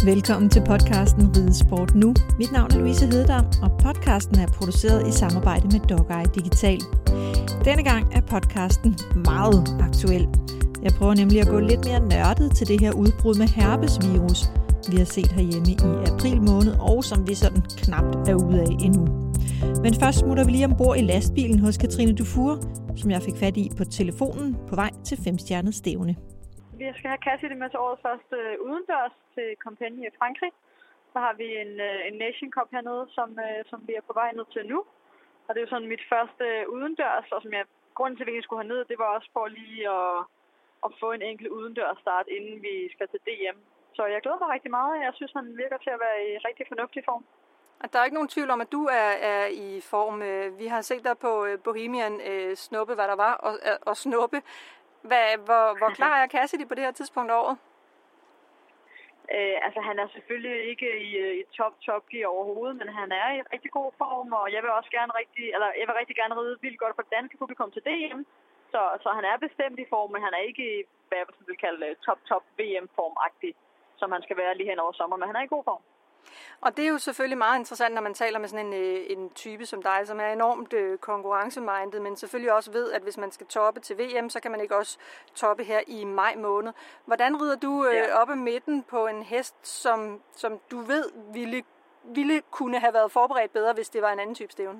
Velkommen til podcasten Ridesport Nu. Mit navn er Louise Hededam, og podcasten er produceret i samarbejde med Dog-Eye Digital. Denne gang er podcasten meget aktuel. Jeg prøver nemlig at gå lidt mere nørdet til det her udbrud med herpesvirus, vi har set herhjemme i april måned, og som vi sådan knapt er ude af endnu. Men først smutter vi lige ombord i lastbilen hos Katrine Dufour, som jeg fik fat i på telefonen på vej til 5-stjernet stævne. Vi skal have Cassidy med til årets første udendørs til Compiègne i Frankrig. Så har vi en Nation Cup hernede, som vi er på vej ned til nu. Og det er jo sådan mit første udendørs, og grunden til, at vi skulle herned, det var også for lige at få en enkelt udendørs start, inden vi skal til DM. Så jeg glæder mig rigtig meget. Jeg synes, han virker til at være i rigtig fornuftig form. Der er ikke nogen tvivl om, at du er i form. Vi har set dig på Bohemian snuppe, hvad der var, og snuppe. Hvor klar er Cassidy på det her tidspunkt af året? Han er selvfølgelig ikke i top gear overhovedet, men han er i rigtig god form, og jeg vil rigtig gerne ride vildt godt for det danske publikum til DM. Så han er bestemt i form, men han er ikke i, hvad jeg vil kalde top VM-form-agtig, som han skal være lige hen over sommer, men han er i god form. Og det er jo selvfølgelig meget interessant, når man taler med sådan en type som dig, som er enormt konkurrencemindet, men selvfølgelig også ved, at hvis man skal toppe til VM, så kan man ikke også toppe her i maj måned. Hvordan rider du op ad midten på en hest, som du ved ville kunne have været forberedt bedre, hvis det var en anden type stævne?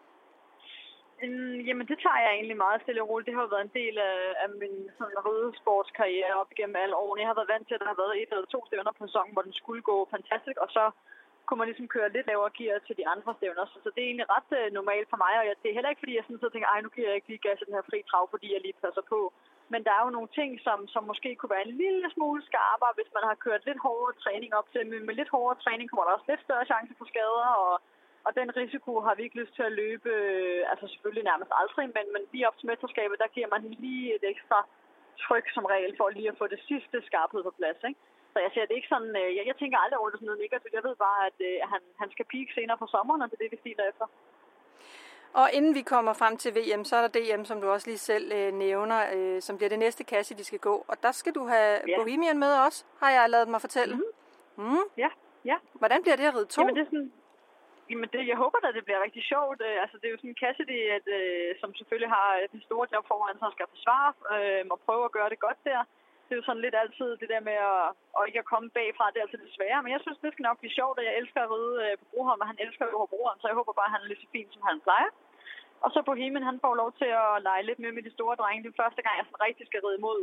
Jamen, det tager jeg egentlig meget stille og roligt. Det har været en del af min ridesportskarriere op igennem alle årene. Jeg har været vant til, at der har været 1 eller 2 stævner på sæsonen, hvor den skulle gå fantastisk, og så kunne man ligesom køre lidt lavere gear til de andre stævner. Så det er egentlig ret normalt for mig, og det er heller ikke, fordi jeg sådan tænker, nu giver jeg ikke lige gas i den her fri trav, fordi jeg lige passer på. Men der er jo nogle ting, som måske kunne være en lille smule skarpere, hvis man har kørt lidt hårdere træning op til. Med lidt hårdere træning kommer der også lidt større chance for skader, og den risiko har vi ikke lyst til at løbe, selvfølgelig nærmest aldrig, men lige op til mesterskabet, der giver man lige et ekstra tryk som regel for lige at få det sidste skarphed på plads, ikke? Så jeg ser det ikke sådan, jeg tænker aldrig over det sådan noget negativt. Jeg ved bare, at han skal peak senere på sommeren, og det er det, vi stiler efter. Og inden vi kommer frem til VM, så er der DM, som du også lige selv nævner, som bliver det næste kasse, de skal gå. Og der skal du have Bohemian med også, har jeg ladet mig fortælle. Ja. Hvordan bliver det at ride 2? Jamen, jeg håber da, det bliver rigtig sjovt. Det er jo sådan en Cassidy, som selvfølgelig har den store job foran, som skal forsvare og prøve at gøre det godt der. Det er jo sådan lidt altid det der med at ikke at komme bagfra, det er altid det svære. Men jeg synes, det skal nok blive sjovt, og jeg elsker at ride på Broholm, og han elsker jo Broholm, så jeg håber bare, at han er lige så fin, som han plejer. Og så Bohemian, han får lov til at lege lidt mere med de store drenge. Det er første gang, jeg sådan rigtig skal ride mod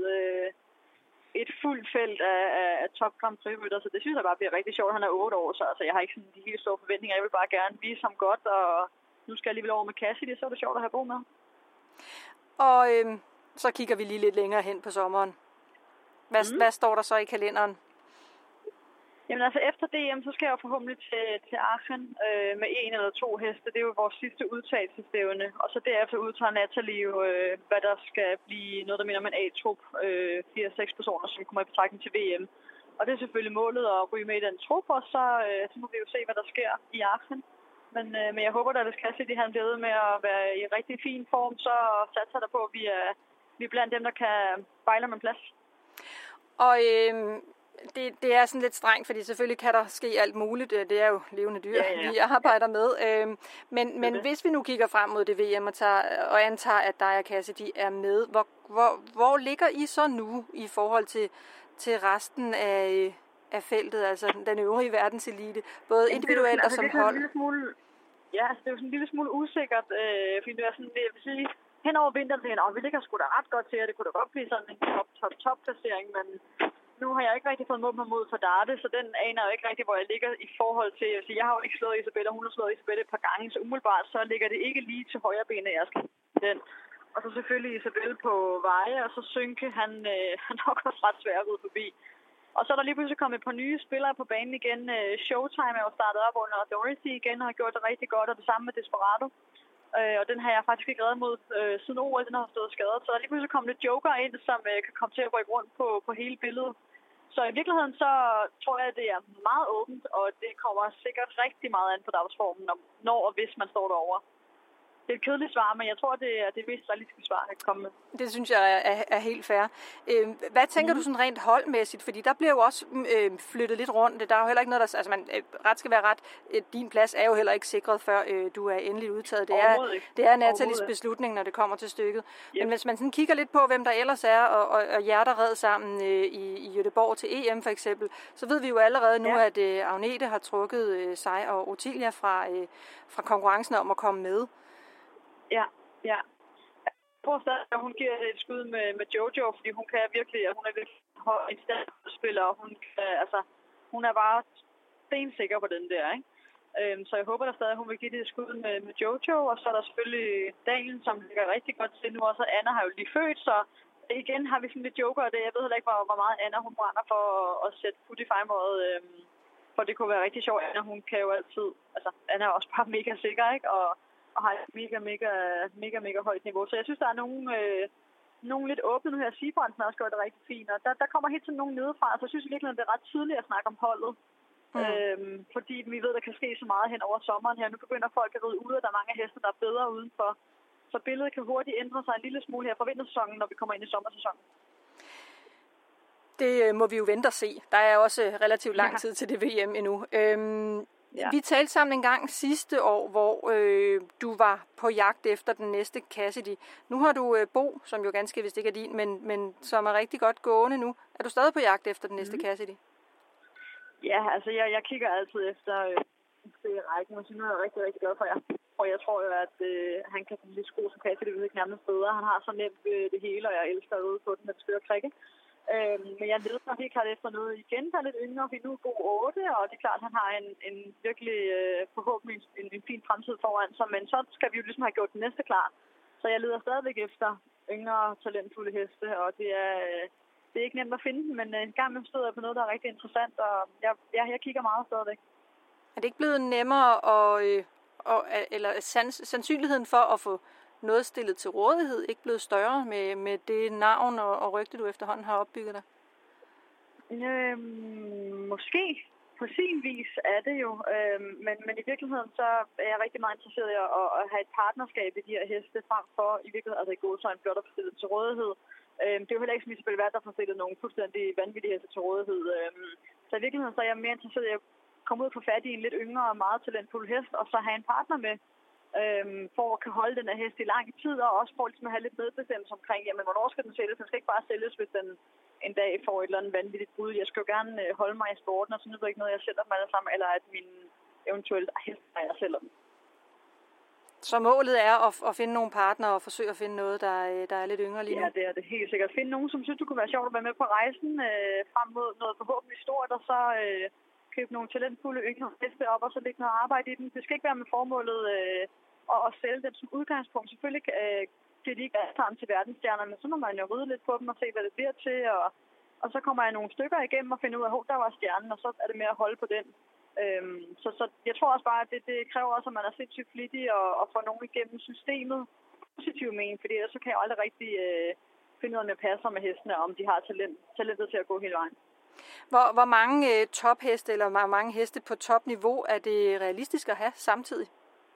et fuldt felt af top Grand Prix-rytter, så det synes jeg bare bliver rigtig sjovt. Han er 8 år, så jeg har ikke sådan de helt store forventninger. Jeg vil bare gerne vise ham godt, og nu skal jeg alligevel over med Cassidy, så er det sjovt at have Bo med. Og så kigger vi lige lidt længere hen på sommeren. Hvad står der så i kalenderen? Jamen efter DM, så skal jeg forhåbentlig til Aachen med 1 eller 2 heste. Det er jo vores sidste udtagelsesstævne. Og så derefter udtager Natalie jo, hvad der skal blive noget, der minder om en A-trup. 4-6 personer, som kommer i betragtning til VM. Og det er selvfølgelig målet at ryge med i den trup, og så må vi jo se, hvad der sker i Aachen. Men jeg håber da, hvis Cassidy han bliver ved med at være i rigtig fin form, så satser der på, at vi er blandt dem, der kan bejle med en plads. Og det er sådan lidt strengt, fordi selvfølgelig kan der ske alt muligt. Det er jo levende dyr, vi arbejder med. Men hvis vi nu kigger frem mod det VM og antager, at dig og Cassidy er med, hvor ligger I så nu i forhold til resten af feltet, altså den øvrige verdenselite, både individuelt og som hold? Det er jo sådan en lille smule usikkert, fordi det er sådan, jeg vil sige, hen over vinteren tænker jeg, vi ligger sgu da ret godt til, at det kunne da godt blive sådan en top placering, men nu har jeg ikke rigtig fået mål mod for Darte, så den aner jeg ikke rigtig, hvor jeg ligger i forhold til, jeg har jo ikke slået Isabella, hun har slået Isabella et par gange, så umiddelbart så ligger det ikke lige til højre benet, jeg skal den. Og så selvfølgelig Isabella på veje, og så Synke, han nok også ret svært at ride forbi. Og så er der lige pludselig kommet et par nye spillere på banen igen. Showtime er jo startet op under Dorothy igen, og har gjort det rigtig godt, og det samme med Desperado. Og den har jeg faktisk ikke reddet mod siden OL, den har stået skadet. Så der er lige pludselig kommet lidt joker ind, som kan komme til at rykke rundt på hele billedet. Så i virkeligheden så tror jeg, at det er meget åbent, og det kommer sikkert rigtig meget an på dagsformen, når og hvis man står derovre. Det er et kedeligt svar, men jeg tror, det er det mest realistiske svar, jeg kan komme med. Det synes jeg er helt fair. Hvad tænker du sådan rent holdmæssigt? Fordi der bliver jo også flyttet lidt rundt. Der er jo heller ikke noget, der... Altså, ret skal være ret. Din plads er jo heller ikke sikret, før du er endeligt udtaget. Det er Nathalies beslutning, når det kommer til stykket. Yep. Men hvis man sådan kigger lidt på, hvem der ellers er, og hjerter red sammen i Göteborg til EM for eksempel, så ved vi jo allerede nu, at Agnete har trukket sig og Ottilia fra konkurrencen om at komme med. Ja. Jeg tror stadig, at hun giver et skud med Jojo, fordi hun kan virkelig, hun er virkelig en stærk spiller, og hun er bare stensikker på den der, ikke? Så jeg håber da stadig, at hun vil give det et skud med Jojo, og så er der selvfølgelig Daniel, som ligger rigtig godt til nu, og så Anna har jo lige født, så igen har vi sådan lidt joker, og det jeg ved heller ikke, hvor meget Anna hun brænder for at sætte fod i fejmåret, for det kunne være rigtig sjovt. Anna, hun kan jo altid, Anna er også bare mega sikker, ikke? Og har et mega højt niveau. Så jeg synes, der er nogle lidt åbne nu her. Sigbransen har også gjort det rigtig fint, og der kommer helt sådan nogen nedefra, så jeg synes virkelig, at det er ret tidligt at snakke om holdet. Fordi vi ved, der kan ske så meget hen over sommeren her. Nu begynder folk at ride ud, og der er mange heste, der er bedre udenfor. Så billedet kan hurtigt ændre sig en lille smule her fra vintersæsonen, når vi kommer ind i sommersæsonen. Det må vi jo vente og se. Der er også relativt lang tid til det VM endnu. Vi talte sammen en gang sidste år, hvor du var på jagt efter den næste Cassidy. Nu har du Bo, som jo ganske vist ikke er din, men som er rigtig godt gående nu. Er du stadig på jagt efter den næste Cassidy? Ja, jeg kigger altid efter rækken, og så nu er jeg rigtig, rigtig glad for jer. Og jeg tror jo, at han kan blive sko som Cassidy, hvis ikke nærmest bedre. Han har så nemt det hele, og jeg elsker at ude på den med det skøre krikke. Men jeg leder helt klart efter noget igen, der er lidt yngre. Vi er nu god 8, og det er klart, at han har en virkelig forhåbentlig en fin fremtid foran sig. Men så skal vi jo ligesom have gjort den næste klar. Så jeg leder stadigvæk efter yngre, talentfulde heste, og det er ikke nemt at finde dem, men en gang med støder på noget, der er rigtig interessant, og jeg kigger meget stadigvæk. Er det ikke blevet nemmere, eller sandsynligheden for at få noget stillet til rådighed ikke blevet større med det navn og rygte, du efterhånden har opbygget dig? Måske. På sin vis er det jo. Men i virkeligheden så er jeg rigtig meget interesseret i at have et partnerskab i de her heste, frem for i virkeligheden, i godsøjne blot at få stillet til rådighed. Det er jo heller ikke som Isabel Wert, der får stillet nogle fuldstændig vanvittige heste til rådighed. Så i virkeligheden så er jeg mere interesseret i at komme ud og få fat i en lidt yngre og meget talentfuld hest, og så have en partner med, for at kan holde den her hest i lang tid, og også for ligesom at have lidt medbestemmelse omkring, jamen hvornår skal den sælges? Den skal ikke bare sælges, hvis den en dag får et eller andet vanvittigt bud. Jeg skal jo gerne holde mig i sporten, og så nyder ikke noget, jeg sælger dem alle sammen, eller at min eventuelt hest, jeg sælger dem. Så målet er at finde nogle partnere og forsøge at finde noget, der er lidt yngre lige nu? Ja, det er det helt sikkert. Finde nogen, som synes, du kunne være sjovt at være med på rejsen frem mod noget forhåbentlig stort, og så købe nogle talentfulde yngre heste op, og så lægge noget arbejde i dem. Det skal ikke være med formålet at sælge dem som udgangspunkt. Selvfølgelig bliver de ikke alle sammen til verdensstjerner, men så må man jo ride lidt på dem og se, hvad det bliver til, og så kommer jeg nogle stykker igennem og finder ud af, at der var stjernen, og så er det med at holde på den. Så jeg tror også bare, at det kræver også, at man er sindssygt flittig og får nogen igennem systemet positivt men, fordi ellers så kan jeg aldrig rigtig finde ud af, om jeg passer med hestene, om de har talentet til at gå hele vejen. Hvor mange topheste eller hvor mange heste på topniveau er det realistisk at have samtidig?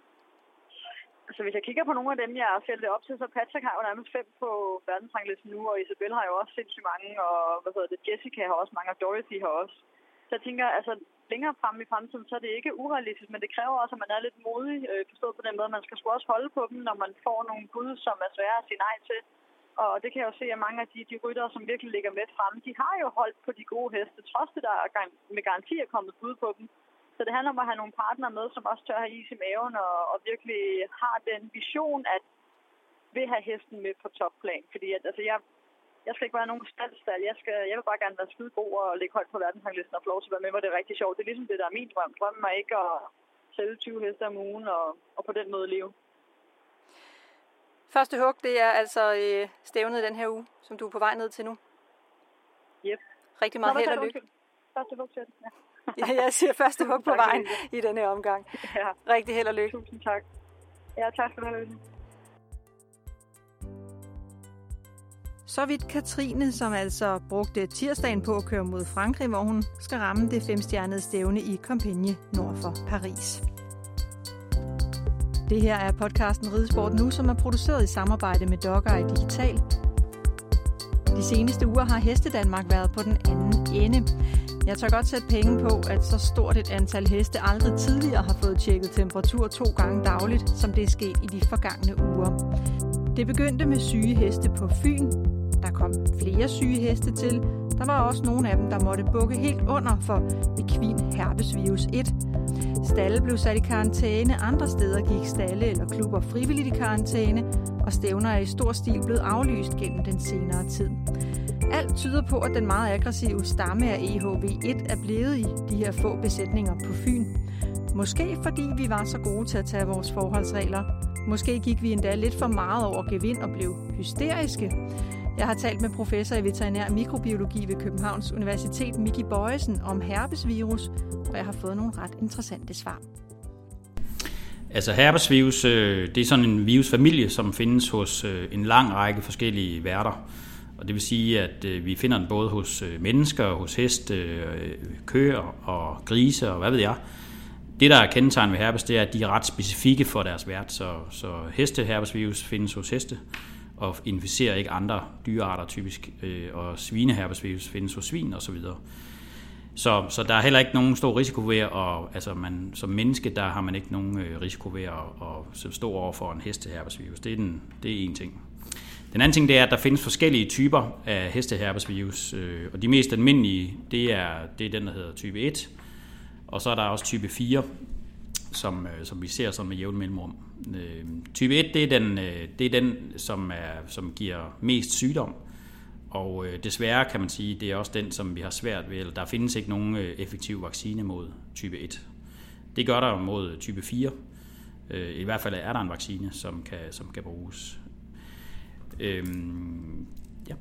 Altså hvis jeg kigger på nogle af dem, jeg har fældet op til, så Patrick har jo nærmest 5 på verdensranglisten nu, og Isabel har jo også sindssygt mange, og Jessica har også mange, og Dorothy har også. Så jeg tænker, altså længere frem i fremtiden, så er det ikke urealistisk, men det kræver også, at man er lidt modig, forstået på den måde. Man skal sgu også holde på dem, når man får nogle bud, som er svære at sige nej til. Og det kan jeg jo se, at mange af de ryttere, som virkelig ligger med fremme, de har jo holdt på de gode heste, trods det, der med garanti er kommet bud på dem. Så det handler om at have nogle partnere med, som også tør have is i maven, og virkelig har den vision, at vil have hesten med på topplan. Fordi at, altså, jeg skal ikke være nogen stald. Jeg vil bare gerne være skide god og ligge højt på verdensranglisten og få lov til at være med, hvor det er rigtig sjovt. Det er ligesom det, der er min drøm. Drømmen er ikke at sælge 20 heste om ugen og på den måde leve. Første hug, det er altså stævnet den her uge, som du er på vej ned til nu. Yep. Rigtig meget held og lykke. Første hug til det, ja. Ja, jeg siger første hug på vejen i denne her omgang. Ja. Rigtig held og lykke. Tusind tak. Ja, tak for det. Så vidt Katrine, som altså brugte tirsdagen på at køre mod Frankrig, hvor hun skal ramme det 5-stjernede stævne i Compiègne nord for Paris. Det her er podcasten Ridesport Nu, som er produceret i samarbejde med Dogeye Digital. De seneste uger har Heste Danmark været på den anden ende. Jeg tør godt sætte penge på, at så stort et antal heste aldrig tidligere har fået tjekket temperatur 2 gange dagligt, som det er sket i de forgangne uger. Det begyndte med syge heste på Fyn. Der kom flere syge heste til. Der var også nogle af dem, der måtte bukke helt under for equin herpesvirus 1. Stalde blev sat i karantæne, andre steder gik stalde eller klubber frivilligt i karantæne, og stævner er i stor stil blevet aflyst gennem den senere tid. Alt tyder på, at den meget aggressive stamme af EHV1 er blevet i de her få besætninger på Fyn. Måske fordi vi var så gode til at tage vores forholdsregler. Måske gik vi endda lidt for meget over gevind og blev hysteriske. Jeg har talt med professor i veterinær mikrobiologi ved Københavns Universitet, Miki Bøjesen, om herpesvirus, og jeg har fået nogle ret interessante svar. Altså herpesvirus, det er sådan en virusfamilie, som findes hos en lang række forskellige værter. Og det vil sige, at vi finder den både hos mennesker, hos heste, køer og grise og hvad ved jeg. Det, der er kendetegn ved herpes, det er, at de er ret specifikke for deres vært. Så hesteherpesvirus findes hos heste og inficerer ikke andre dyrearter typisk. Og svineherpesvirus findes hos svin osv. Så der er heller ikke nogen stor risiko ved som menneske, der har man ikke nogen risiko ved at stå over for en hesteherpesvirus. Det er en ting. Den anden ting, det er, at der findes forskellige typer af hesteherpesvirus, og de mest almindelige, det er den, der hedder type 1, og så er der også type 4, som vi ser sådan med jævn mellemrum. Type 1, det er den som giver mest sygdom, og desværre kan man sige, det er også den, som vi har svært ved, eller der findes ikke nogen effektiv vaccine mod type 1. Det gør der mod type 4. I hvert fald er der en vaccine, som kan bruges. Ja.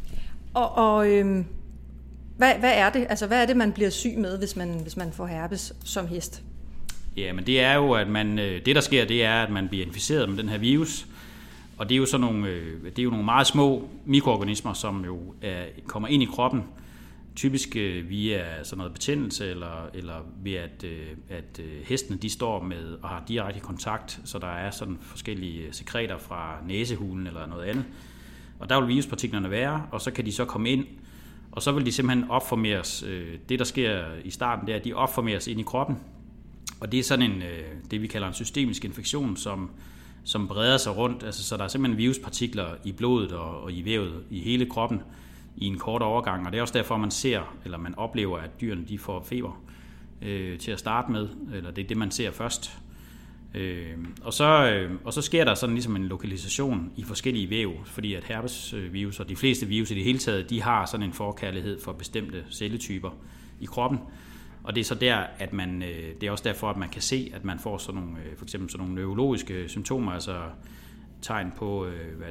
Hvad er det? Altså, hvad er det, man bliver syg med, hvis man får herpes som hest? Ja, men det er jo, at det der sker, det er, at man bliver inficeret med den her virus, og det er jo sådan nogle meget små mikroorganismer, som jo kommer ind i kroppen, typisk via sådan noget betændelse, eller ved at hestene de står med og har direkte kontakt, så der er sådan forskellige sekreter fra næsehulen eller noget andet. Og der vil viruspartiklerne være, og så kan de så komme ind, og så vil de simpelthen opformeres. Det, der sker i starten, det er, at de opformeres ind i kroppen, og det er sådan det, vi kalder en systemisk infektion, som breder sig rundt. Altså, så der er simpelthen viruspartikler i blodet og i vævet i hele kroppen i en kort overgang, og det er også derfor, man oplever, at dyrene de får feber til at starte med, eller det er det, man ser først. Og så sker der sådan ligesom en lokalisation i forskellige væv, fordi at herpesvirus og de fleste virus i det hele taget, de har sådan en forkærlighed for bestemte celletyper i kroppen. Og det er så der, at det er også derfor, at man kan se, at man får sådan nogle, for eksempel sådan nogle neurologiske symptomer, altså tegn på,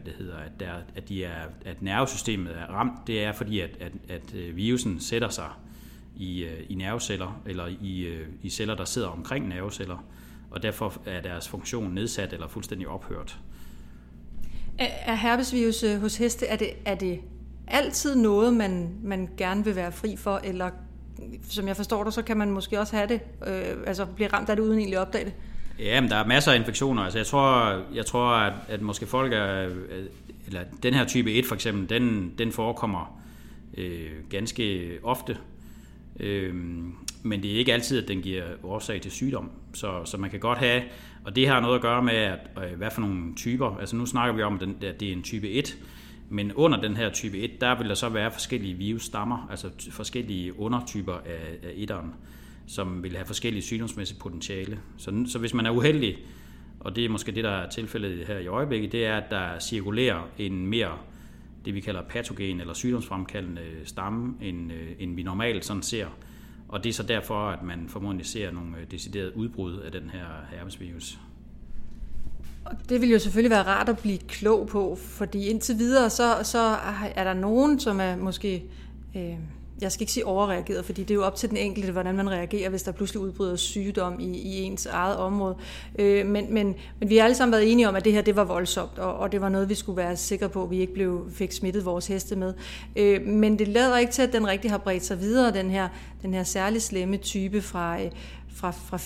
at nervesystemet er ramt. Det er fordi, at virusen sætter sig i nerveceller, eller i celler, der sidder omkring nerveceller, og derfor er deres funktion nedsat eller fuldstændig ophørt. Er herpesvirus hos heste, er det altid noget, man gerne vil være fri for, eller som jeg forstår det, så kan man måske også have det, blive ramt af det uden egentlig at opdage det? Ja, men der er masser af infektioner. Altså jeg tror at måske folk eller den her type 1 for eksempel, den forekommer ganske ofte. Men det er ikke altid, at den giver årsag til sygdom. Så man kan godt have, og det har noget at gøre med, hvad for nogle typer. Altså nu snakker vi om, at det er en type 1, men under den her type 1, der vil der så være forskellige virusstammer, altså forskellige undertyper af etteren, som vil have forskellige sygdomsmæssige potentiale. Så hvis man er uheldig, og det er måske det, der er tilfældet her i øjeblikket, det er, at der cirkulerer en mere, det vi kalder patogen eller sygdomsfremkaldende stamme, end vi normalt sådan ser. Og det er så derfor, at man formodentlig ser nogle deciderede udbrud af den her herpesvirus. Og det vil jo selvfølgelig være rart at blive klog på, fordi indtil videre, så er der nogen, som er måske, jeg skal ikke sige overreageret, fordi det er jo op til den enkelte, hvordan man reagerer, hvis der pludselig udbryder sygdom i ens eget område. Men vi har alle sammen været enige om, at det her det var voldsomt, og det var noget, vi skulle være sikre på, at vi ikke fik smittet vores heste med. Men det lader ikke til, at den rigtig har bredt sig videre, den her særlig slemme type fra Fyn.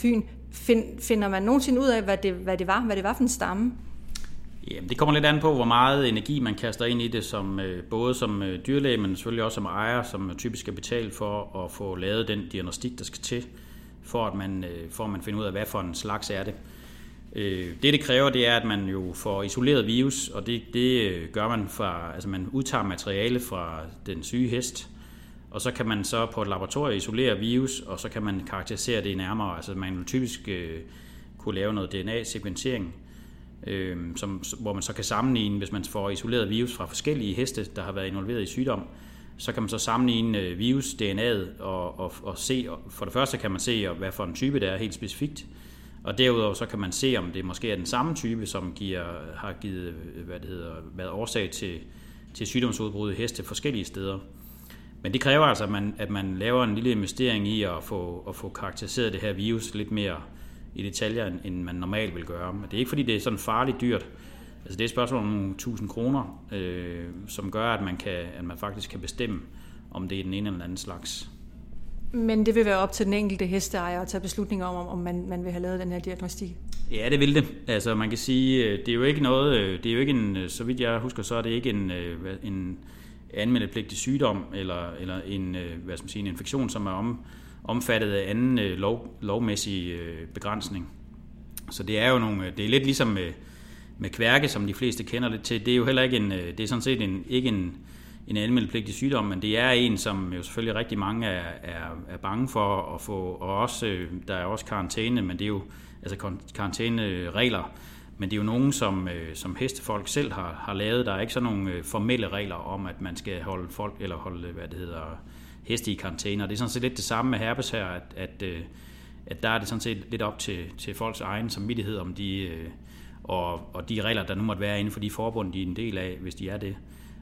Finder man nogensinde ud af, hvad det var for en stamme? Jamen, det kommer lidt an på, hvor meget energi man kaster ind i det, som, både som dyrlæge, men selvfølgelig også som ejer, som typisk skal betale for at få lavet den diagnostik, der skal til, for at man finder ud af, hvad for en slags er det. Det kræver, det er, at man jo får isoleret virus, og det gør man altså man udtager materiale fra den syge hest, og så kan man så på et laboratorium isolere virus, og så kan man karakterisere det nærmere. Altså man vil typisk kunne lave noget DNA-sekventering, hvor man så kan sammenligne, hvis man får isoleret virus fra forskellige heste, der har været involveret i sygdom, så kan man så sammenligne virus-DNA'et og se, for det første kan man se, hvad for en type det er helt specifikt, og derudover så kan man se, om det måske er den samme type, som har givet, været årsag til sygdomsudbrud i heste forskellige steder. Men det kræver altså, at man laver en lille investering i at få karakteriseret det her virus lidt mere i detaljer, end man normalt vil gøre. Men det er ikke, fordi det er sådan farligt dyrt. Altså det er et spørgsmål om nogle 1000 kroner, som gør, at man faktisk kan bestemme, om det er den ene eller anden slags. Men det vil være op til den enkelte hesteejer at tage beslutninger om man vil have lavet den her diagnostik? Ja, det vil det. Altså man kan sige, det er jo ikke noget, det er jo ikke en, så vidt jeg husker, så er det ikke en anmeldepligtig sygdom eller en, en infektion, som er omfattet af anden lovmæssig begrænsning. Så det er jo det er lidt ligesom med kværke, som de fleste kender lidt til. Det er jo heller ikke det er sådan set ikke en anmeldepligtig sygdom, men det er en, som jo selvfølgelig rigtig mange er bange for at få, og også der er også karantæne, men det er jo altså karantæneregler. Men det er jo nogen, som hestefolk selv har lavet. Der er ikke sådan nogle formelle regler om, at man skal holde folk eller holde heste i karantæne. Og det er sådan set lidt det samme med herpes her, at der er det sådan set lidt op til folks egen samvittighed om de og de regler, der nu måtte være inden for de forbund, de er en del af, hvis de er det,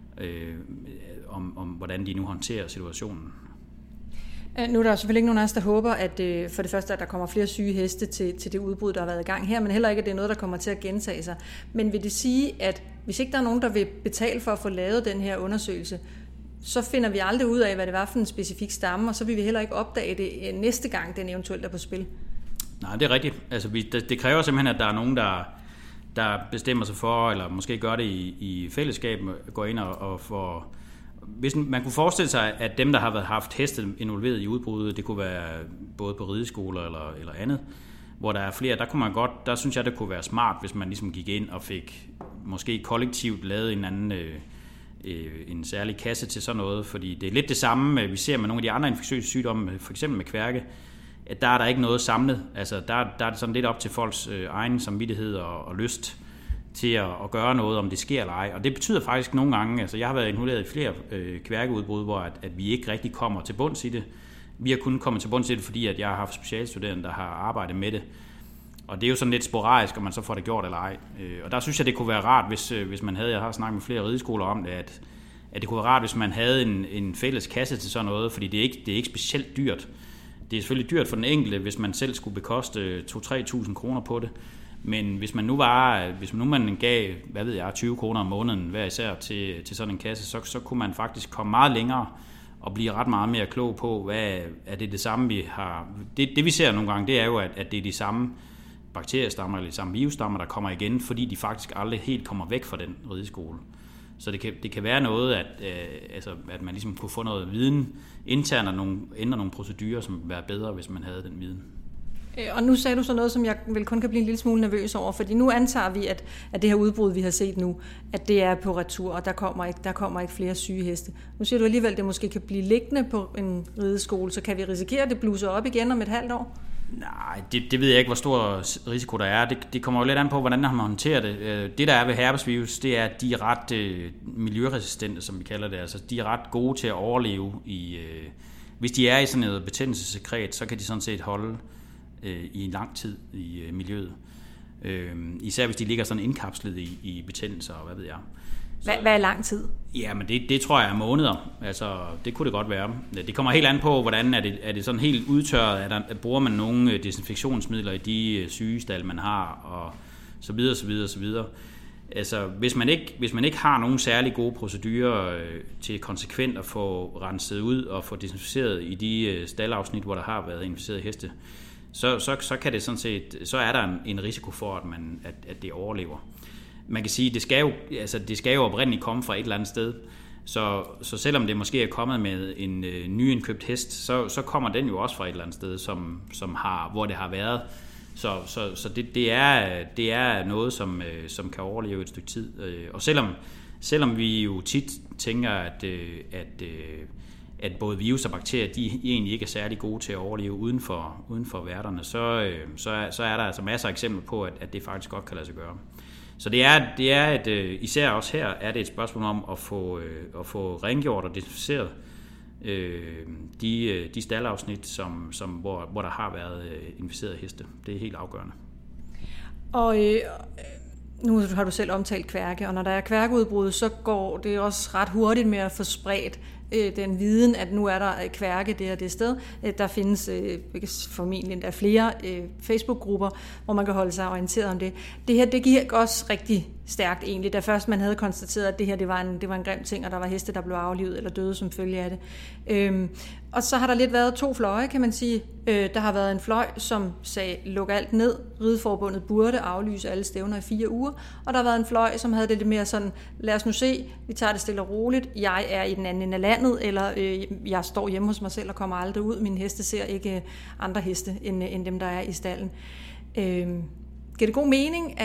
om hvordan de nu håndterer situationen. Nu er der selvfølgelig ikke nogen af os, der håber, at for det første, at der kommer flere syge heste til det udbrud, der har været i gang her, men heller ikke, at det er noget, der kommer til at gentage sig. Men vil det sige, at hvis ikke der er nogen, der vil betale for at få lavet den her undersøgelse, så finder vi aldrig ud af, hvad det var for en specifik stamme, og så vil vi heller ikke opdage det næste gang, den eventuelt er på spil? Nej, det er rigtigt. Altså, det kræver simpelthen, at der er nogen, der bestemmer sig for, eller måske gør det i fællesskab, går ind og får... Hvis man kunne forestille sig, at dem, der har haft heste involveret i udbruddet, det kunne være både på rideskoler eller andet, hvor der er flere, der synes jeg, det kunne være smart, hvis man ligesom gik ind og fik måske kollektivt lavet en særlig kasse til sådan noget, fordi det er lidt det samme, vi ser med nogle af de andre infektiøse sygdomme, for eksempel med kværke, at der er der ikke noget samlet. Altså der er det sådan lidt op til folks egen samvittighed og lyst til at gøre noget, om det sker eller ej. Og det betyder faktisk nogle gange, altså jeg har været involveret i flere kværkeudbrud, hvor at vi ikke rigtig kommer til bunds i det. Vi har kun kommet til bunds i det, fordi at jeg har haft specialstuderende, der har arbejdet med det. Og det er jo sådan lidt sporadisk, om man så får det gjort eller ej. Og der synes jeg, det kunne være rart, hvis man havde, jeg har snakket med flere rideskoler om det, at det kunne være rart, hvis man havde en fælles kasse til sådan noget, fordi det er ikke specielt dyrt. Det er selvfølgelig dyrt for den enkelte, hvis man selv skulle bekoste 2-3.000 kroner på det. Men hvis man nu gav, 20 kroner om måneden hver især til sådan en kasse, så kunne man faktisk komme meget længere og blive ret meget mere klog på, hvad er det samme, vi har. Det vi ser nogle gange, det er jo, at det er de samme bakteriestammer eller de samme virusstammer, der kommer igen, fordi de faktisk aldrig helt kommer væk fra den rideskole. Så det kan være noget, at man ligesom kunne få noget viden internt og ændre nogle procedurer, som ville være bedre, hvis man havde den viden. Og nu sagde du så noget, som jeg vel kun kan blive en lille smule nervøs over, fordi nu antager vi, at det her udbrud, vi har set nu, at det er på retur, og der kommer ikke flere syge heste. Nu siger du alligevel, at det måske kan blive liggende på en rideskole, så kan vi risikere, at det blusser op igen om et halvt år? Nej, det ved jeg ikke, hvor stor risiko der er. Det kommer jo lidt an på, hvordan man håndterer det. Det, der er ved herpesvirus, det er, at de er ret miljøresistente, som vi kalder det. Altså, de er ret gode til at overleve hvis de er i sådan noget betændelsessekret, så kan de sådan set holde i en lang tid i miljøet. Især hvis de ligger sådan indkapslet i betændelser, og hvad ved jeg. Hvad er lang tid? Ja, men det tror jeg er måneder. Altså, det kunne det godt være. Det kommer helt an på, hvordan er det sådan helt udtørret. Bruger man nogle desinfektionsmidler i de sygestal, man har, og så videre, så videre, så videre. Altså, hvis man ikke har nogen særlig gode procedurer til konsekvent at få renset ud og få desinficeret i de staldafsnit, hvor der har været inficerede heste, så kan det sådan set, så er der en risiko for, at det overlever. Man kan sige, det skal jo oprindeligt komme fra et eller andet sted. Så selvom det måske er kommet med en nyindkøbt hest, så kommer den jo også fra et eller andet sted, hvor det har været. Så det er noget, som kan overleve et stykke tid. Og selvom vi jo tit tænker, at både virus og bakterier, de egentlig ikke er særlig gode til at overleve uden for værterne, så er der altså masser af eksempler på, at det faktisk godt kan lade sig gøre. Så det er især også her er det et spørgsmål om at få rengjort og desinficeret de staldafsnit, hvor der har været inficerede heste. Det er helt afgørende. Og nu har du selv omtalt kværke, og når der er kværkeudbrud, så går det også ret hurtigt med at få spredt den viden, at nu er der kværke det sted. Der findes formentlig endda flere Facebook-grupper, hvor man kan holde sig orienteret om det. Det her, det gik også rigtig stærkt egentlig, da først man havde konstateret, at det her det var en grim ting, og der var heste, der blev aflivet eller døde som følge af det. Og så har der lidt været 2 fløje, kan man sige. Der har været en fløj, som sagde, luk alt ned. Rideforbundet burde aflyse alle stævner i 4 uger. Og der har været en fløj, som havde det lidt mere sådan, lad os nu se, vi tager det stille og roligt. Jeg er i den anden ende af landet, eller jeg står hjemme hos mig selv og kommer aldrig ud. Mine heste ser ikke andre heste, end dem, der er i stallen. Giver det god mening,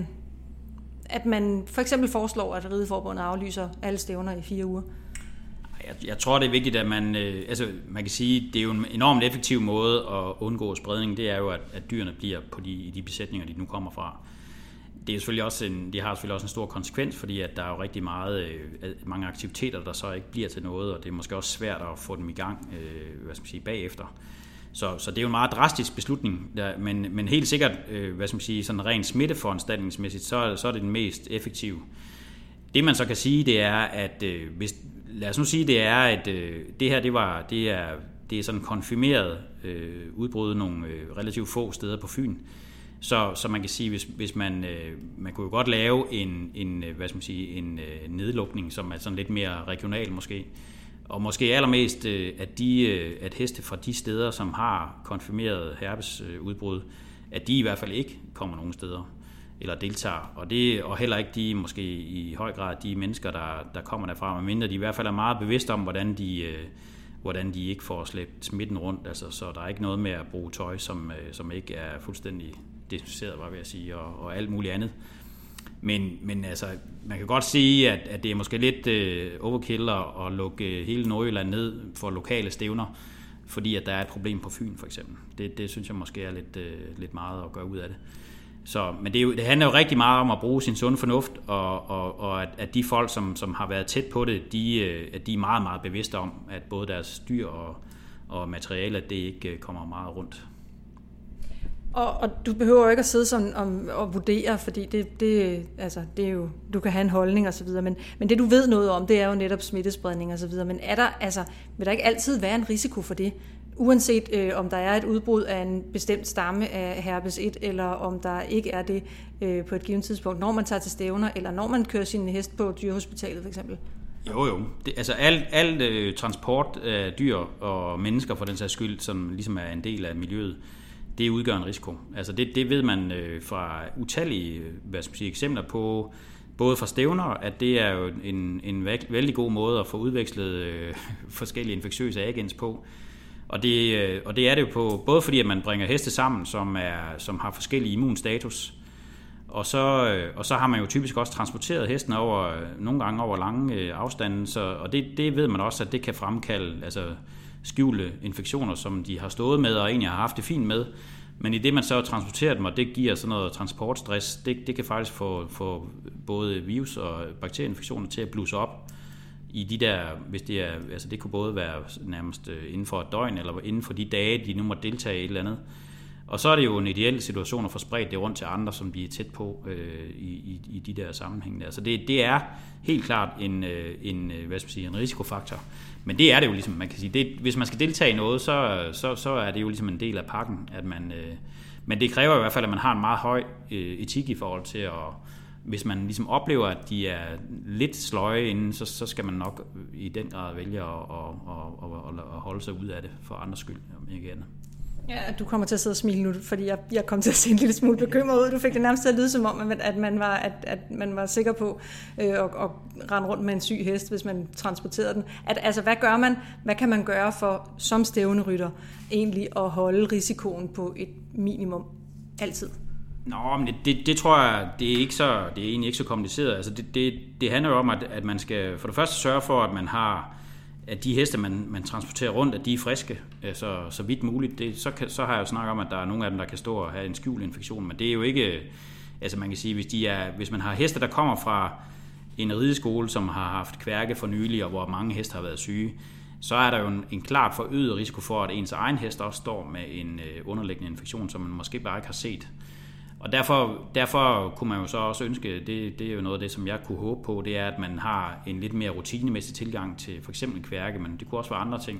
at man for eksempel foreslår, at Rideforbundet aflyser alle stævner i 4 uger? Jeg tror, det er vigtigt, at man kan sige, det er jo en enormt effektiv måde at undgå spredning. Det er jo, at dyrene bliver i de besætninger, de nu kommer fra. Det er jo selvfølgelig også det har selvfølgelig også en stor konsekvens, fordi at der er jo rigtig mange aktiviteter, der så ikke bliver til noget, og det er måske også svært at få dem i gang, bagefter. Så det er jo en meget drastisk beslutning, men helt sikkert, sådan rent smitteforanstaltningsmæssigt, så er det den mest effektive. Det man så kan sige, det er, at lad os nu sige, det er, at det her det er sådan konfirmeret udbrud nogle relativt få steder på Fyn. Så man kan sige, hvis man kunne jo godt lave en nedlukning, som er sådan lidt mere regional måske. Og måske allermest, at heste fra de steder, som har konfirmeret herpesudbrud, at de i hvert fald ikke kommer nogen steder eller deltager. Og heller ikke de måske i høj grad de mennesker, der kommer derfra, medmindre de i hvert fald er meget bevidste om, hvordan de ikke får slæbt smitten rundt. Altså, så der er ikke noget med at bruge tøj, som ikke er fuldstændig desinficeret, hvad vil jeg sige, og alt muligt andet. Men altså, man kan godt sige, at det er måske lidt overkill at lukke hele Nordjylland ned for lokale stævner, fordi at der er et problem på Fyn for eksempel. Det synes jeg måske er lidt meget at gøre ud af det. Men det handler jo rigtig meget om at bruge sin sunde fornuft, og at de folk, som har været tæt på det, at de er meget, meget bevidste om, at både deres dyr og materiale, det ikke kommer meget rundt. Og du behøver jo ikke at sidde sådan og vurdere, fordi det er jo, du kan have en holdning og så videre, men det du ved noget om, det er jo netop smittespredning og så videre. Men vil der ikke altid være en risiko for det? Uanset om der er et udbrud af en bestemt stamme af herpes 1, eller om der ikke er det på et givet tidspunkt, når man tager til stævner, eller når man kører sin hest på dyrehospitalet for eksempel? Jo. Al transport af dyr og mennesker for den sags skyld, som ligesom er en del af miljøet, det udgør en risiko. Altså det ved man fra utallige eksempler på, både fra stævner, at det er jo en vældig god måde at få udvekslet forskellige infektiøse agens på. Og det er det jo på, både fordi at man bringer heste sammen, som har forskellige immunstatus, og så har man jo typisk også transporteret hesten nogle gange over lange afstande, og det ved man også, at det kan fremkalde skjulte infektioner, som de har stået med og egentlig har haft det fint med. Men i det man så transporterer dem, og det giver sådan noget transportstress, det kan faktisk få både virus- og bakterieinfektioner til at blusse op i de der, hvis det er, det kunne både være nærmest inden for et døgn, eller inden for de dage, de nu må deltage i et eller andet. Og så er det jo en ideel situation at få spredt det rundt til andre, som de er tæt på i de der sammenhæng der. Så det er helt klart en risikofaktor. Men det er det jo ligesom, man kan sige. Hvis man skal deltage i noget, så er det jo ligesom en del af pakken, at man... Men det kræver i hvert fald, at man har en meget høj etik i forhold til at... Hvis man ligesom oplever, at de er lidt sløje inden, så skal man nok i den grad vælge at holde sig ud af det for andres skyld, om ikke andet. Ja, du kommer til at sidde og smile nu, fordi jeg kom til at se en lille smule bekymret ud. Du fik det nærmest til at lyde som om, at man var sikker på at rende rundt med en syg hest, hvis man transporterede den. Altså, hvad kan man gøre for som stævnerytter egentlig at holde risikoen på et minimum altid? Nå, men det tror jeg, det er egentlig ikke så kompliceret. Altså, det handler jo om, at man skal for det første sørge for, at man har at de heste, man transporterer rundt, at de er friske, så vidt muligt. Så har jeg jo snakket om, at der er nogle af dem, der kan stå og have en skjult infektion, men det er jo ikke, altså man kan sige, hvis man har heste, der kommer fra en rideskole, som har haft kværke for nylig, og hvor mange heste har været syge, så er der jo en klart forøget risiko for, at ens egen hest også står med en underliggende infektion, som man måske bare ikke har set. Og derfor kunne man jo så også ønske, det er jo noget af det, som jeg kunne håbe på, det er, at man har en lidt mere rutinemæssig tilgang til for eksempel kværke, men det kunne også være andre ting,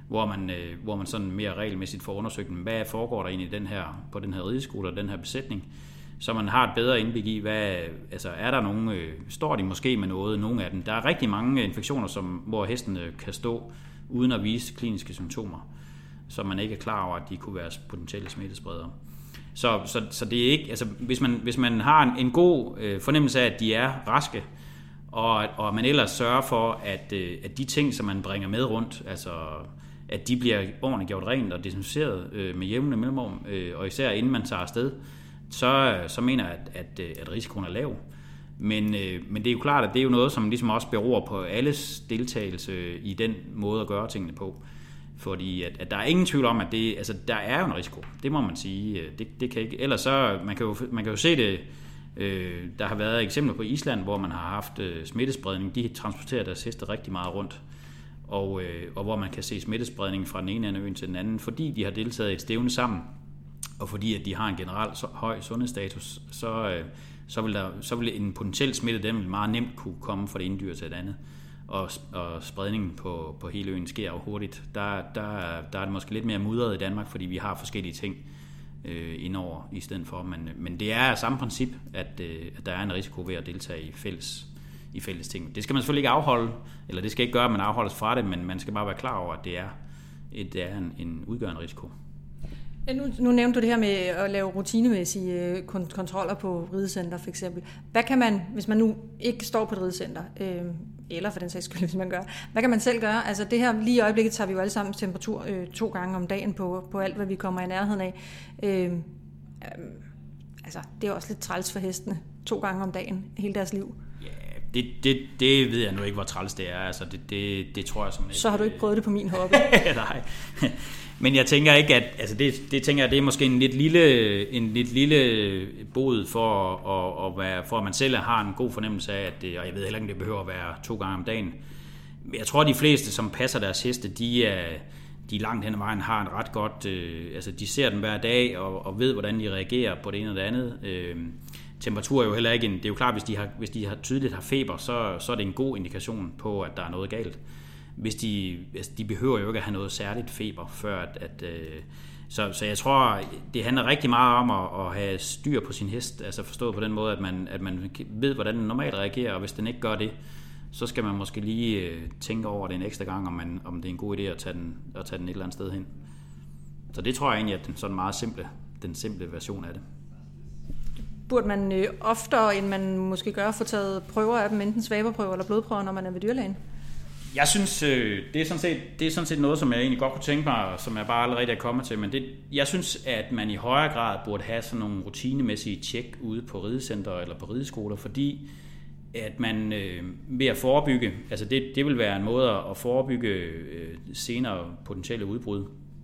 hvor man sådan mere regelmæssigt får undersøgt, hvad foregår der egentlig på den her rideskole og den her besætning, så man har et bedre indblik i, er der nogen, står de måske med noget, nogle af dem. Der er rigtig mange infektioner, hvor hestene kan stå uden at vise kliniske symptomer, så man ikke er klar over, at de kunne være potentielle smittespredere. Så det er ikke, altså hvis man har en god fornemmelse af, at de er raske, og man ellers sørger for, at de ting, som man bringer med rundt, altså at de bliver ordentligt gjort rent og desinficeret med jævne mellemrum, og især inden man tager afsted, så mener jeg, at risikoen er lav. Men det er jo klart, at det er jo noget, som ligesom også beror på alles deltagelse i den måde at gøre tingene på. Fordi at der er ingen tvivl om, at der er jo en risiko. Det må man sige. Det kan ikke. Ellers så man kan jo se det. Der har været eksempler på Island, hvor man har haft smittespredning. De transporterer deres heste rigtig meget rundt, og hvor man kan se smittespredning fra den ene ende øen til den anden, fordi de har deltaget i et stævne sammen, og fordi at de har en generelt høj sundhedsstatus, så vil en potentiel smitte dem meget nemt kunne komme fra det ene dyr til det andet. Og spredningen på hele øen sker jo hurtigt. Der er det måske lidt mere mudret i Danmark, fordi vi har forskellige ting indover i stedet for. Men det er samme princip, at der er en risiko ved at deltage i fælles ting. Det skal man selvfølgelig ikke afholde, eller det skal ikke gøre, at man afholdes fra det, men man skal bare være klar over, at det er en udgørende risiko. Nu nævnte du det her med at lave rutinemæssige kontroller på ridecenter for eksempel. Hvad kan man, hvis man nu ikke står på et ridecenter, eller for den sags skyld, hvis man gør, hvad kan man selv gøre? Altså det her, lige i øjeblikket tager vi jo alle sammen temperatur 2 gange om dagen på alt, hvad vi kommer i nærheden af. Altså det er også lidt træls for hestene, 2 gange om dagen hele deres liv. Ja, det ved jeg nu ikke, hvor træls det er. Altså det tror jeg som ikke. Så har du ikke prøvet det på min hobby? Nej. Men jeg tænker ikke, at altså det er måske en lidt lille bod for at man selv har en god fornemmelse af, og jeg ved heller ikke, om det behøver at være 2 gange om dagen. Men jeg tror, at de fleste, som passer deres heste, de langt hen ad vejen har en ret godt, altså de ser dem hver dag og ved, hvordan de reagerer på det ene og det andet. Temperatur er jo heller ikke det er jo klart, hvis de tydeligt har feber, så er det en god indikation på, at der er noget galt. Hvis de behøver jo ikke at have noget særligt feber, før så jeg tror, det handler rigtig meget om at have styr på sin hest, altså forstået på den måde, at man ved, hvordan den normalt reagerer, og hvis den ikke gør det, så skal man måske lige tænke over det en ekstra gang, om det er en god idé at tage den et eller andet sted hen. Så det tror jeg egentlig, at den simple version af det. Burde man oftere, end man måske gør, få taget prøver af dem, enten svaberprøver eller blodprøver, når man er ved dyrlægen? Jeg synes, det er sådan set noget, som jeg egentlig godt kunne tænke mig, som jeg bare allerede er kommet til, men jeg synes, at man i højere grad burde have sådan nogle rutinemæssige tjek ude på ridecenter eller på rideskoler, fordi at man ved at forebygge, altså det vil være en måde at forebygge senere potentielle udbrud.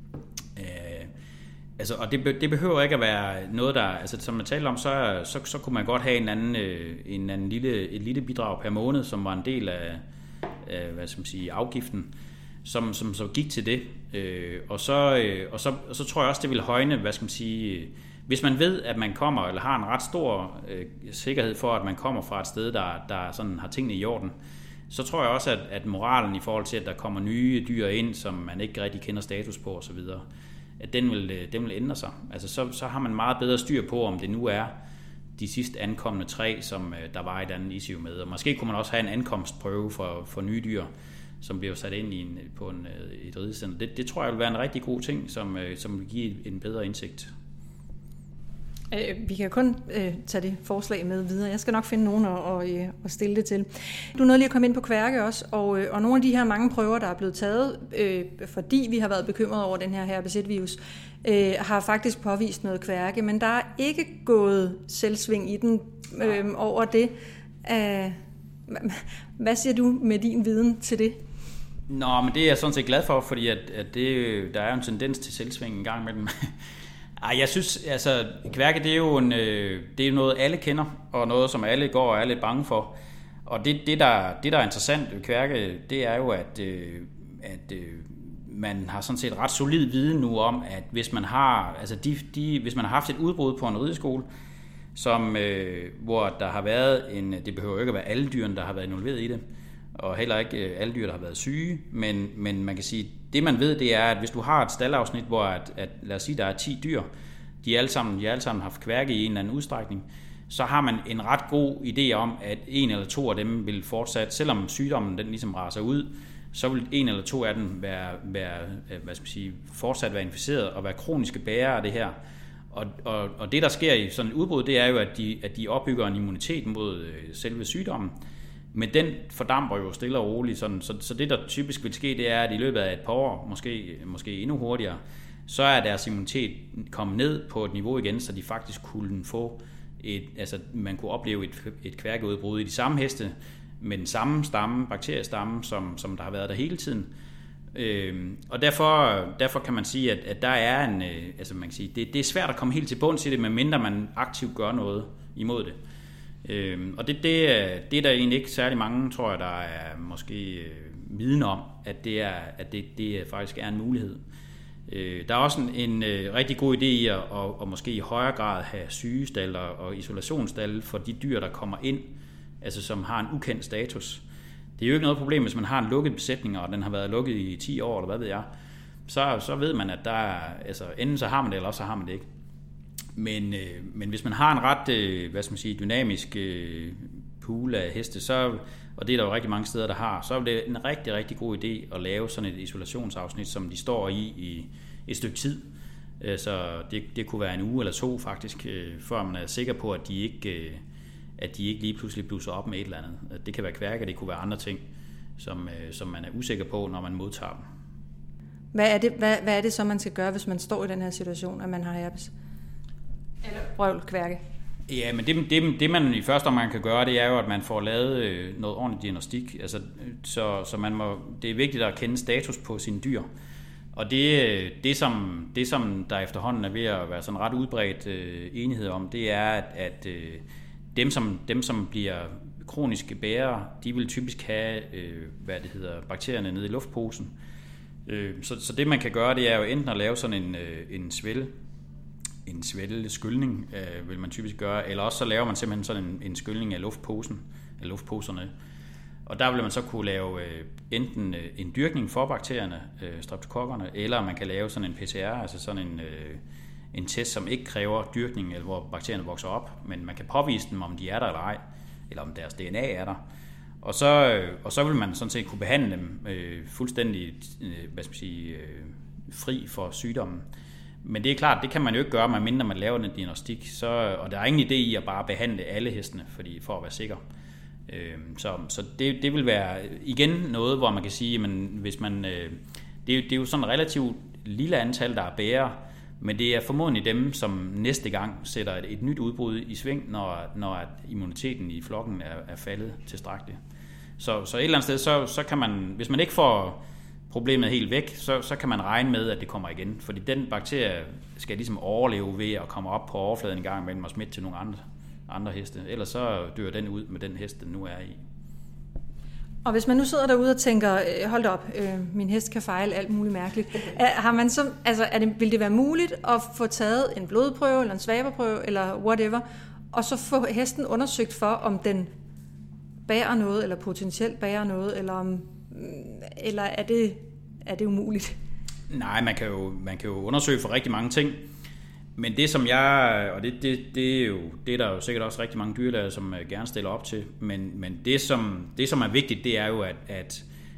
Altså, og det behøver ikke at være noget, der, altså som man talte om, så kunne man godt have et lille bidrag per måned, som var en del af hvad skal man sige, afgiften, som så gik til det. Og så tror jeg også, det vil højne, hvad skal man sige, hvis man ved, at man kommer, eller har en ret stor sikkerhed for, at man kommer fra et sted, der sådan har tingene i orden, så tror jeg også, at moralen i forhold til, at der kommer nye dyr ind, som man ikke rigtig kender status på osv., at den vil ændre sig. Altså så har man meget bedre styr på, om det nu er de sidst ankomne 3, som der var et andet issue med. Og måske kunne man også have en ankomstprøve for nye dyr, som bliver sat ind på et ridecenter. Det tror jeg vil være en rigtig god ting, som vil give en bedre indsigt. Vi kan kun tage det forslag med videre. Jeg skal nok finde nogen at stille det til. Du er nødt lige at komme ind på kværke også, og nogle af de her mange prøver, der er blevet taget, fordi vi har været bekymrede over den her herpes-virus, har faktisk påvist noget kværke, men der er ikke gået selvsving i den over det. Hvad siger du med din viden til det? Nå, men det er jeg sådan set glad for, fordi at der er jo en tendens til selvsving en gang med dem. Ej, jeg synes, altså, kværke, det er jo noget, alle kender, og noget, som alle går og er lidt bange for. Og det der er interessant ved kværke, det er jo, at man har sådan set ret solid viden nu om, at hvis man har, altså hvis man har haft et udbrud på en rideskole, hvor der har været det behøver jo ikke at være alle dyrene, der har været involveret i det, og heller ikke alle dyr, der har været syge, men man kan sige, det man ved, det er, at hvis du har et staldafsnit, hvor at lad os sige, der er 10 dyr, de har alle sammen haft kværke i en eller anden udstrækning, så har man en ret god idé om, at 1 eller 2 af dem vil fortsat, selvom sygdommen den ligesom raser ud, så vil 1 eller 2 af dem fortsat være inficeret og være kroniske bærere af det her. Og det, der sker i sådan et udbrud, det er jo, at de opbygger en immunitet mod selve sygdommen. Men den fordamper jo stille og roligt. Så det, der typisk vil ske, det er, at i løbet af et par år, måske endnu hurtigere, så er deres immunitet kommet ned på et niveau igen, så de faktisk kunne få man kunne opleve et kværkeudbrud i de samme heste, med den samme bakteriestamme, som der har været der hele tiden. Og derfor kan man sige, at der er man kan sige, det er svært at komme helt til bunds i det, medmindre man aktivt gør noget imod det. Og det er der egentlig ikke særlig mange, tror jeg, der er måske viden om, at det faktisk er en mulighed. Der er også en rigtig god idé i at måske i højere grad have sygestalde og isolationsstalle for de dyr, der kommer ind, altså som har en ukendt status. Det er jo ikke noget problem, hvis man har en lukket besætning, og den har været lukket i 10 år, eller hvad ved jeg. Så ved man, at der er, altså enten så har man det, eller også så har man det ikke. Men hvis man har en ret, dynamisk pool af heste, og det er der jo rigtig mange steder, der har, så er det en rigtig, rigtig god idé at lave sådan et isolationsafsnit, som de står i et stykke tid. Så det kunne være en uge eller 2 faktisk, før man er sikker på, at de ikke lige pludselig blusser op med et eller andet. Det kan være kværke, det kunne være andre ting, som man er usikker på, når man modtager dem. Hvad er det så, man skal gøre, hvis man står i den her situation, at man har herpes? Eller brøvlkværke? Ja, men det man i første omgang kan gøre, det er jo, at man får lavet noget ordentligt diagnostik. Altså, så det er vigtigt at kende status på sine dyr. Og det som der efterhånden er ved at være sådan ret udbredt enighed om, det er, at dem som bliver kroniske bærere, de vil typisk have bakterierne nede i luftposen. Så det man kan gøre, det er jo enten at lave sådan en skyldning, vil man typisk gøre, eller også så laver man simpelthen sådan en skyldning af luftposerne. Og der vil man så kunne lave enten en dyrkning for bakterierne, streptokokkerne, eller man kan lave sådan en PCR, altså sådan en test, som ikke kræver dyrkning, eller hvor bakterierne vokser op, men man kan påvise dem, om de er der eller ej, eller om deres DNA er der. Og så vil man sådan set kunne behandle dem fuldstændig fri for sygdommen. Men det er klart, det kan man jo ikke gøre, medmindre man laver en diagnostik. Og der er ingen idé i at bare behandle alle hestene, for at være sikker. Så det vil være igen noget, hvor man kan sige, at hvis man, det er jo sådan et relativt lille antal, der er bærere, men det er formodentlig dem, som næste gang sætter et nyt udbrud i sving, når immuniteten i flokken er faldet tilstrækkeligt. Så et eller andet sted, så kan man, hvis man ikke får problemet helt væk, så kan man regne med, at det kommer igen. Fordi den bakterie skal ligesom overleve ved at komme op på overfladen en gang imellem og smitte til nogle andre heste. Ellers så dør den ud med den hest, den nu er i. Og hvis man nu sidder derude og tænker, hold da op, min hest kan fejle alt muligt mærkeligt. Har man så, vil det være muligt at få taget en blodprøve eller en svaberprøve eller whatever, og så få hesten undersøgt for, om den bærer noget, eller potentielt bærer noget, eller er det umuligt? Nej, man kan jo undersøge for rigtig mange ting. Men det som jeg, og det er jo, det er der jo sikkert også rigtig mange dyrlæger, som gerne stiller op til, men det som er vigtigt, det er jo, at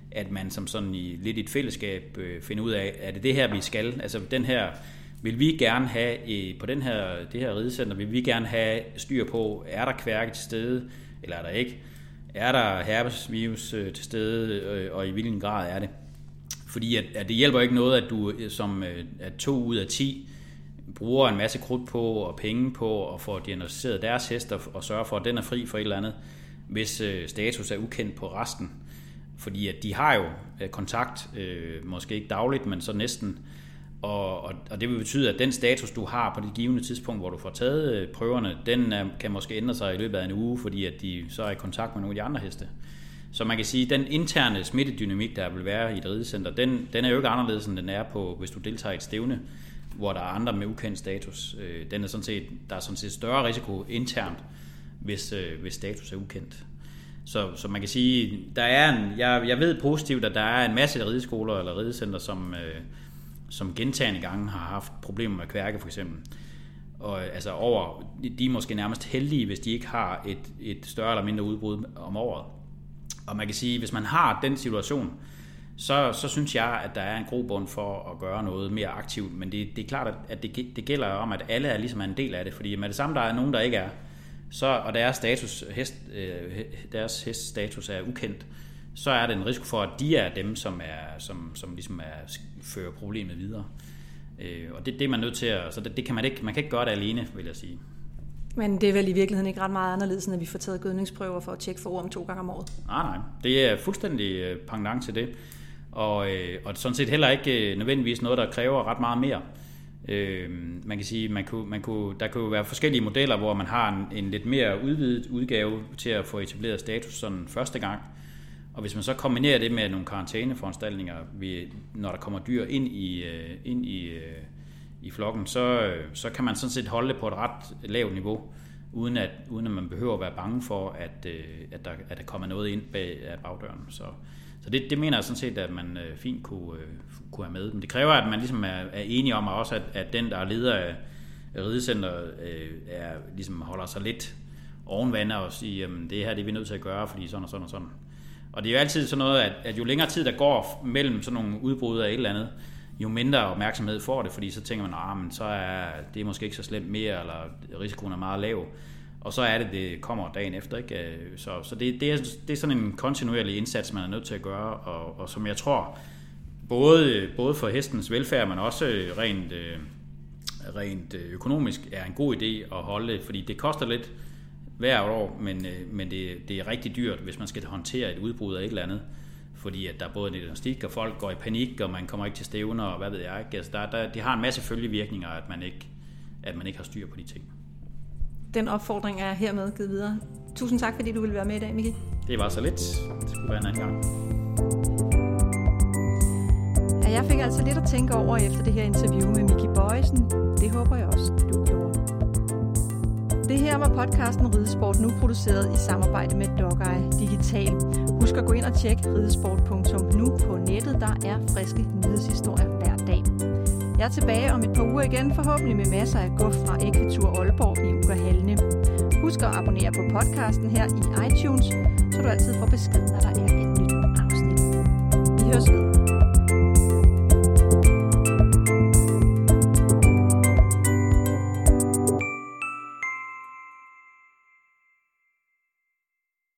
at man som sådan lidt i et fællesskab finder ud af, er det her, vi skal? Altså den her, vil vi gerne have på det her ridecenter, vil vi gerne have styr på, er der kværke til stede, eller er der ikke? Er der herpesvirus til stede, og i hvilken grad er det? Fordi at det hjælper ikke noget, at du at 2 ud af 10 bruger en masse krudt på og penge på at få diagnosticeret deres hest og sørge for, at den er fri for et eller andet, hvis status er ukendt på resten. Fordi at de har jo kontakt, måske ikke dagligt, men så næsten. Og det vil betyde, at den status, du har på det givende tidspunkt, hvor du får taget prøverne, den kan måske ændre sig i løbet af en uge, fordi at de så er i kontakt med nogle af de andre heste. Så man kan sige, at den interne smittedynamik, der vil være i et ridecenter, den er jo ikke anderledes, end den er på, hvis du deltager i et stævne, hvor der er andre med ukendt status. Der er sådan set større risiko internt, hvis status er ukendt. Så man kan sige, jeg ved positivt, at der er en masse rideskoler eller ridecenter, som gentagne gange har haft problemer med kværke for eksempel. Og altså de er måske nærmest heldige, hvis de ikke har et større eller mindre udbrud om året. Og man kan sige, hvis man har den situation, så synes jeg, at der er en grobund for at gøre noget mere aktivt. Men det er klart, at det gælder om, at alle er ligesom en del af det. Fordi med det samme, der er nogen, der ikke er, og deres heststatus er ukendt, så er det en risiko for, at de er dem, som ligesom fører problemet videre. Og det er man nødt til at, så det kan man kan ikke gøre det alene, vil jeg sige. Men det er vel i virkeligheden ikke ret meget anderledes, når vi får taget gødningsprøver for at tjekke for orm 2 gange om året? Nej. Det er fuldstændig pendant til det. Og sådan set heller ikke nødvendigvis noget, der kræver ret meget mere. Man kan sige, der kan jo være forskellige modeller, hvor man har en lidt mere udvidet udgave til at få etableret status sådan første gang. Og hvis man så kombinerer det med nogle karantæneforanstaltninger, når der kommer dyr ind i flokken, så kan man sådan set holde det på et ret lavt niveau, uden at man behøver at være bange for, at der kommer noget ind bag bagdøren. Så det mener jeg sådan set, at man fint kunne have med. Men det kræver, at man ligesom er enige om, også at den, der er leder af ridecenteret, ligesom holder sig lidt ovenvande og siger, det her det er vi nødt til at gøre, fordi sådan og sådan og sådan. Og det er jo altid sådan noget, at jo længere tid der går mellem sådan nogle udbrud af et eller andet, jo mindre opmærksomhed får det, fordi så tænker man, men så er det måske ikke så slemt mere, eller risikoen er meget lav. Og så er det kommer dagen efter, ikke? Så det er sådan en kontinuerlig indsats, man er nødt til at gøre, og som jeg tror, både for hestens velfærd, men også rent økonomisk er en god idé at holde, fordi det koster lidt hver år, men det er rigtig dyrt, hvis man skal håndtere et udbrud af et eller andet, fordi at der er både en diagnostik, og folk går i panik, og man kommer ikke til stævner, og hvad ved jeg ikke. Altså det har en masse følgevirkninger, at man ikke har styr på de ting. Den opfordring er hermed givet videre. Tusind tak, fordi du ville være med i dag, Miki. Det var så lidt. Det skulle være en anden gang. Ja, jeg fik altså lidt at tænke over efter det her interview med Miki Bojesen. Det håber jeg også, du gjorde. Det her var podcasten Ridesport nu produceret i samarbejde med Dogeye Digital. Husk at gå ind og tjekke ridesport.nu på nettet. Der er friske nyhedshistorier hver dag. Jeg er tilbage om et par uger igen, forhåbentlig med masser af guf fra Equitur Aalborg i Ugerhalne. Husk at abonnere på podcasten her i iTunes, så du altid får besked, når der er